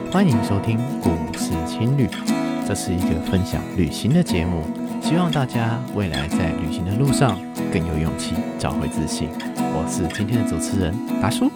欢迎收听故事情侣，这是一个分享旅行的节目，希望大家未来在旅行的路上更有勇气，找回自信。我是今天的主持人达叔。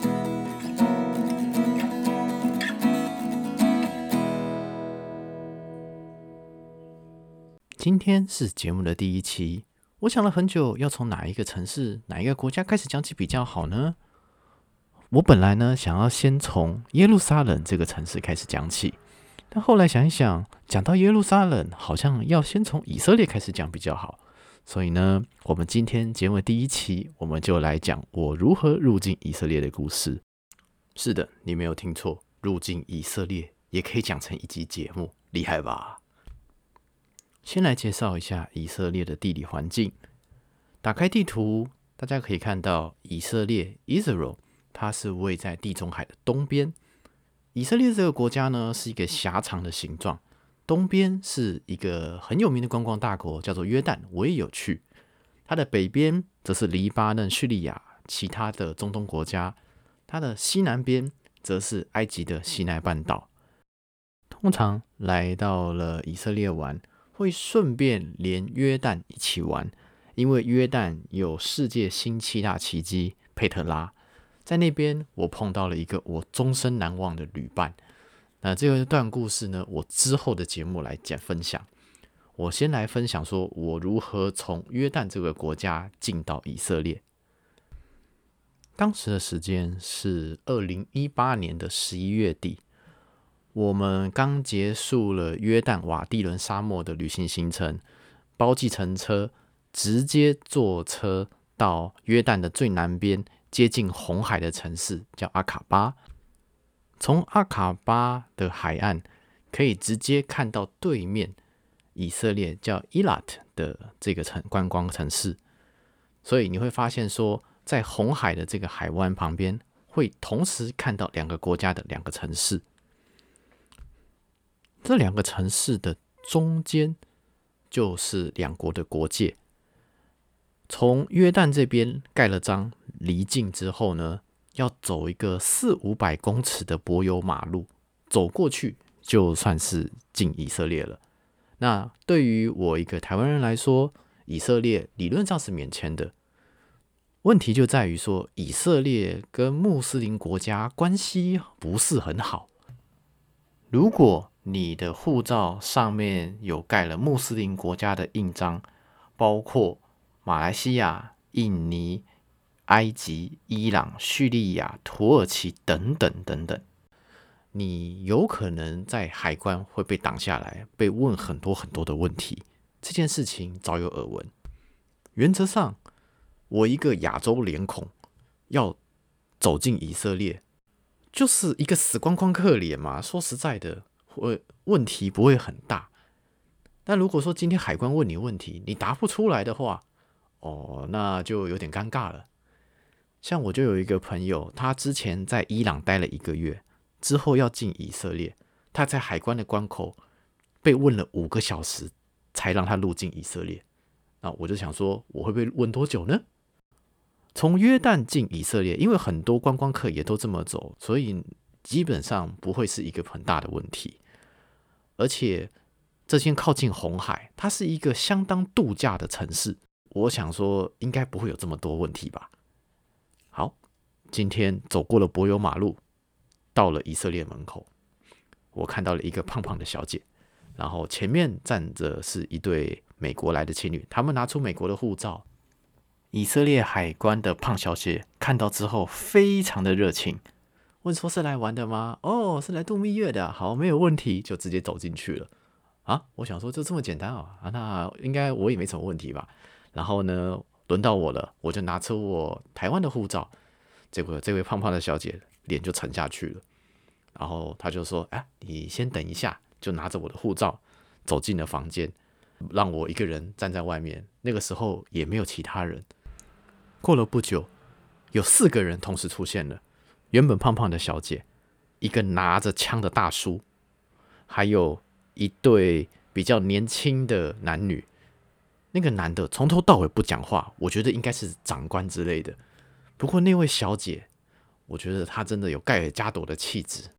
今天是节目的第一期，我想了很久，要从哪一个城市、哪一个国家开始讲起比较好呢？我本来呢想要先从耶路撒冷这个城市开始讲起，但后来想一想，讲到耶路撒冷，好像要先从以色列开始讲比较好。所以呢，我们今天节目的第一期，我们就来讲我如何入境以色列的故事。是的，你没有听错，入境以色列也可以讲成一集节目，厉害吧？先来介绍一下以色列的地理环境。打开地图，大家可以看到以色列 Israel， 它是位在地中海的东边。以色列这个国家呢，是一个狭长的形状，东边是一个很有名的观光大国，叫做约旦，我也有去。它的北边则是黎巴嫩、叙利亚其他的中东国家，它的西南边则是埃及的西奈半岛。通常来到了以色列玩，会顺便连约旦一起玩，因为约旦有世界新7大奇迹佩特拉，在那边我碰到了一个我终身难忘的旅伴。那这一段故事呢，我之后的节目来分享。我先来分享说我如何从约旦这个国家进到以色列。当时的时间是2018年的11月底，我们刚结束了约旦瓦蒂伦沙漠的旅行行程，包计程车，直接坐车到约旦的最南边，接近红海的城市叫阿卡巴。从阿卡巴的海岸可以直接看到对面以色列叫伊拉特的这个观光城市，所以你会发现说，在红海的这个海湾旁边，会同时看到两个国家的两个城市。这两个城市的中间就是两国的国界。从约旦这边盖了章离境之后呢，要走一个400-500公尺的柏油马路，走过去就算是进以色列了。那对于我一个台湾人来说，以色列理论上是免签的。问题就在于说，以色列跟穆斯林国家关系不是很好。如果你的护照上面有盖了穆斯林国家的印章，包括马来西亚、印尼、埃及、伊朗、叙利亚、土耳其等等等等，你有可能在海关会被挡下来，被问很多很多的问题。这件事情早有耳闻。原则上，我一个亚洲脸孔要走进以色列，就是一个死观光客脸嘛。说实在的，问题不会很大。但如果说今天海关问你问题，你答不出来的话，那就有点尴尬了。像我就有一个朋友，他之前在伊朗待了1个月，之后要进以色列，他在海关的关口被问了5个小时，才让他入境以色列。那我就想说，我会被问多久呢？从约旦进以色列，因为很多观光客也都这么走，所以基本上不会是一个很大的问题。而且这边靠近红海，它是一个相当度假的城市，我想说应该不会有这么多问题吧。好，今天走过了柏油马路，到了以色列门口，我看到了一个胖胖的小姐，然后前面站着是一对美国来的情侣，他们拿出美国的护照。以色列海关的胖小姐看到之后非常的热情，问说是来玩的吗？是来度蜜月的，好，没有问题，就直接走进去了。我想说就这么简单那应该我也没什么问题吧。然后呢，轮到我了，我就拿出我台湾的护照，结果这位胖胖的小姐脸就沉下去了。然后她就说你先等一下，就拿着我的护照走进了房间，让我一个人站在外面。那个时候也没有其他人。过了不久，有4个人同时出现了。原本胖胖的小姐，一个拿着枪的大叔，还有一对比较年轻的男女。那个男的从头到尾不讲话，我觉得应该是长官之类的。不过那位小姐，我觉得她真的有盖尔加朵的气质，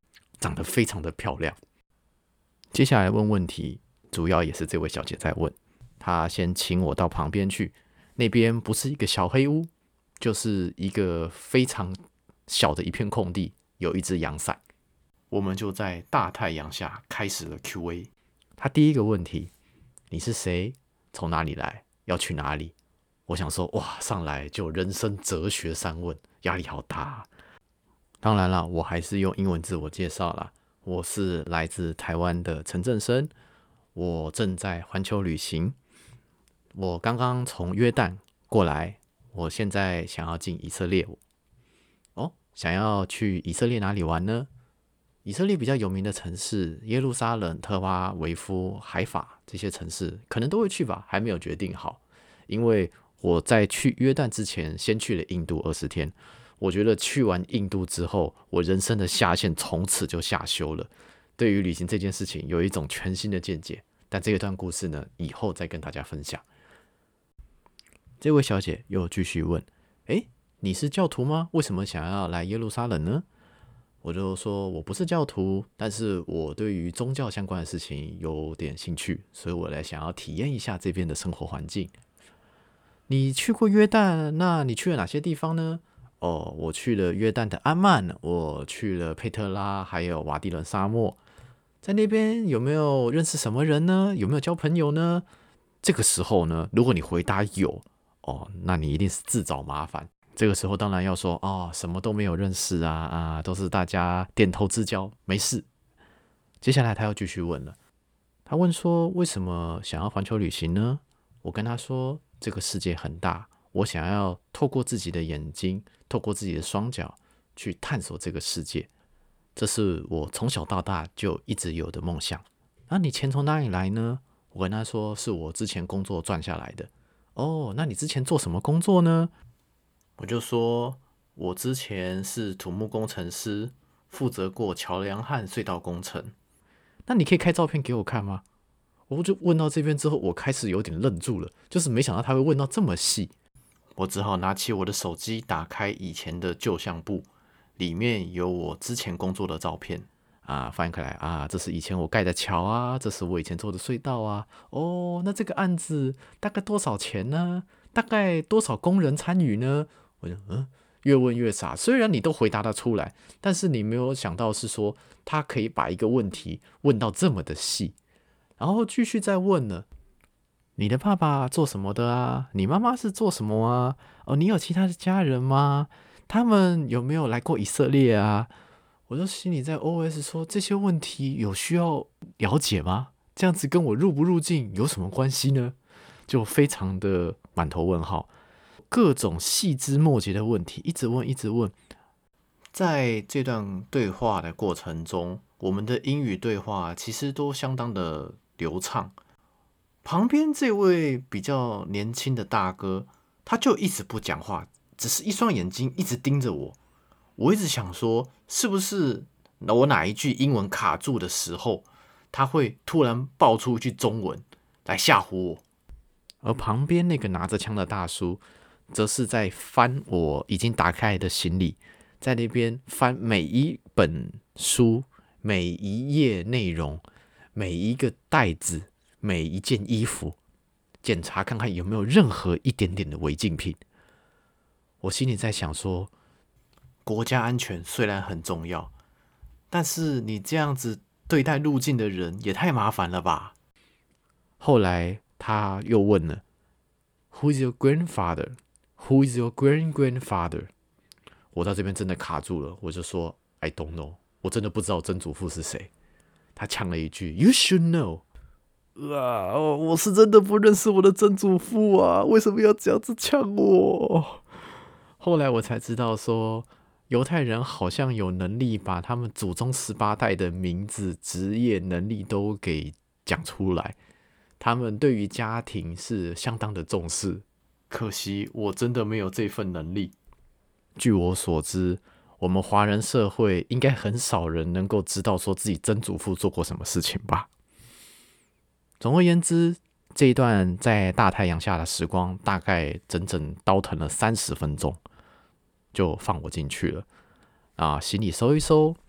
长得非常的漂亮。接下来问问题，主要也是这位小姐在问。她先请我到旁边去，那边不是一个小黑屋，就是一个非常小的一片空地，有一只阳伞。我们就在大太阳下开始了 Q&A。她第一个问题：你是谁？从哪里来？要去哪里？我想说，哇，上来就人生哲学三问，压力好大啊。当然了，我还是用英文自我介绍啦。我是来自台湾的陈正生，我正在环球旅行。我刚刚从约旦过来，我现在想要进以色列。想要去以色列哪里玩呢？以色列比较有名的城市，耶路撒冷、特拉维夫、海法这些城市，可能都会去吧，还没有决定好。因为我在去约旦之前，先去了印度20天。我觉得去完印度之后，我人生的下限从此就下修了。对于旅行这件事情，有一种全新的见解。但这一段故事呢，以后再跟大家分享。这位小姐又继续问：你是教徒吗？为什么想要来耶路撒冷呢？我就说我不是教徒，但是我对于宗教相关的事情有点兴趣，所以我来想要体验一下这边的生活环境。你去过约旦，那你去了哪些地方呢？我去了约旦的安曼，我去了佩特拉，还有瓦蒂伦沙漠。在那边有没有认识什么人呢？有没有交朋友呢？这个时候呢，如果你回答有，那你一定是自找麻烦。这个时候当然要说什么都没有认识啊，都是大家点头之交，没事。接下来他又继续问了，他问说为什么想要环球旅行呢？我跟他说这个世界很大，我想要透过自己的眼睛，透过自己的双脚去探索这个世界，这是我从小到大就一直有的梦想。那你钱从哪里来呢？我跟他说是我之前工作赚下来的。那你之前做什么工作呢？我就说我之前是土木工程师，负责过桥梁和隧道工程。那你可以开照片给我看吗？我就问到这边之后，我开始有点愣住了，就是没想到他会问到这么细。我只好拿起我的手机，打开以前的旧相簿，里面有我之前工作的照片翻开来这是以前我盖的桥啊，这是我以前做的隧道啊。那这个案子大概多少钱呢？大概多少工人参与呢？我就越问越傻。虽然你都回答得出来，但是你没有想到是说他可以把一个问题问到这么的细，然后继续再问了。你的爸爸做什么的啊？你妈妈是做什么啊？你有其他的家人吗？他们有没有来过以色列啊？我就心里在 OS 说，这些问题有需要了解吗？这样子跟我入不入境有什么关系呢？就非常的满头问号，各种细枝末节的问题一直问一直问。在这段对话的过程中，我们的英语对话其实都相当的流畅。旁边这位比较年轻的大哥，他就一直不讲话，只是一双眼睛一直盯着我。我一直想说，是不是我哪一句英文卡住的时候，他会突然爆出一句中文来吓唬我。而旁边那个拿着枪的大叔，则是在翻我已经打开来的行李，在那边翻每一本书、每一页内容、每一个袋子、每一件衣服，检查看看有没有任何一点点的违禁品。我心里在想说，国家安全虽然很重要，但是你这样子对待入境的人也太麻烦了吧。后来他又问了 Who is your grandfather? Who is your grand-grandfather? 我到这边真的卡住了，我就说 I don't know， 我真的不知道曾祖父是谁。他呛了一句 You should know。我是真的不认识我的曾祖父啊，为什么要这样子呛我？后来我才知道说，犹太人好像有能力把他们祖宗18代的名字、职业、能力都给讲出来。他们对于家庭是相当的重视，可惜我真的没有这份能力。据我所知，我们华人社会应该很少人能够知道说自己曾祖父做过什么事情吧。总而言之，这一段在大太阳下的时光，大概整整倒腾了30分钟，就放我进去了。行李收一收，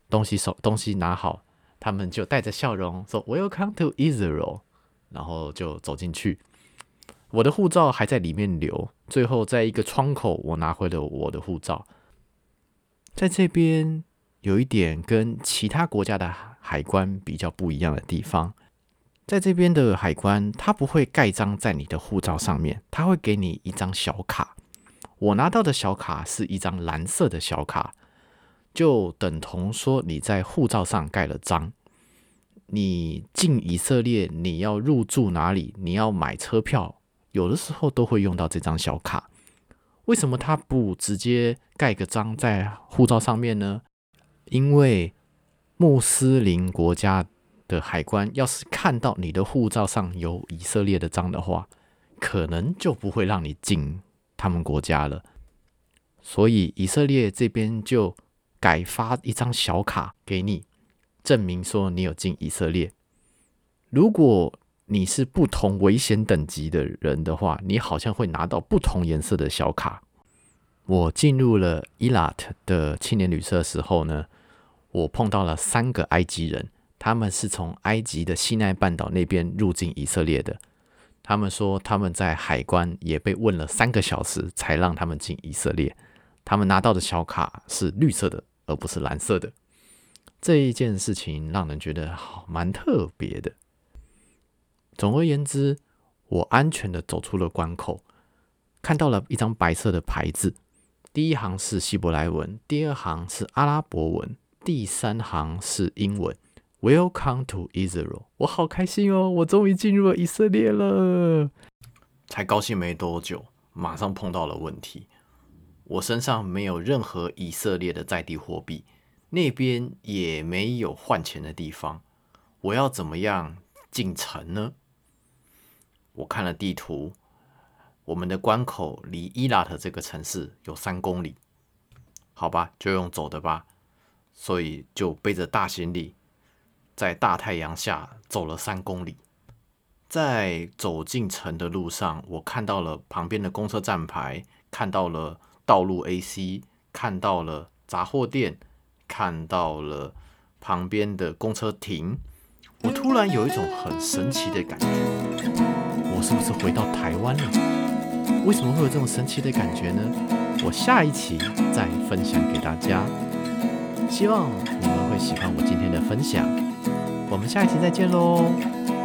东西拿好，他们就带着笑容说 Welcome to Israel， 然后就走进去。我的护照还在里面留，最后在一个窗口我拿回了我的护照。在这边有一点跟其他国家的海关比较不一样的地方，在这边的海关它不会盖章在你的护照上面，它会给你一张小卡。我拿到的小卡是一张蓝色的小卡，就等同说你在护照上盖了章。你进以色列，你要入住哪里，你要买车票，有的时候都会用到这张小卡。为什么他不直接盖个章在护照上面呢？因为穆斯林国家的海关要是看到你的护照上有以色列的章的话，可能就不会让你进他们国家了。所以以色列这边就改发一张小卡给你，证明说你有进以色列。如果你是不同危险等级的人的话，你好像会拿到不同颜色的小卡。我进入了伊拉特的青年旅社的时候呢，我碰到了3个埃及人，他们是从埃及的西奈半岛那边入境以色列的。他们说他们在海关也被问了3个小时才让他们进以色列。他们拿到的小卡是绿色的，而不是蓝色的。这一件事情让人觉得蛮特别的。总而言之，我安全的走出了关口，看到了一张白色的牌子，第一行是希伯来文，第二行是阿拉伯文，第3行是英文 Welcome to Israel。 我好开心哦，我终于进入了以色列了。才高兴没多久，马上碰到了问题。我身上没有任何以色列的在地货币，那边也没有换钱的地方，我要怎么样进城呢？我看了地图，我们的关口离伊拉特这个城市有3公里，好吧，就用走的吧。所以就背着大行李，在大太阳下走了3公里。在走进城的路上，我看到了旁边的公车站牌，看到了道路 AC， 看到了杂货店，看到了旁边的公车亭。我突然有一种很神奇的感觉，我是不是回到台湾了？为什么会有这种神奇的感觉呢？我下一期再分享给大家，希望你们会喜欢我今天的分享。我们下一期再见喽！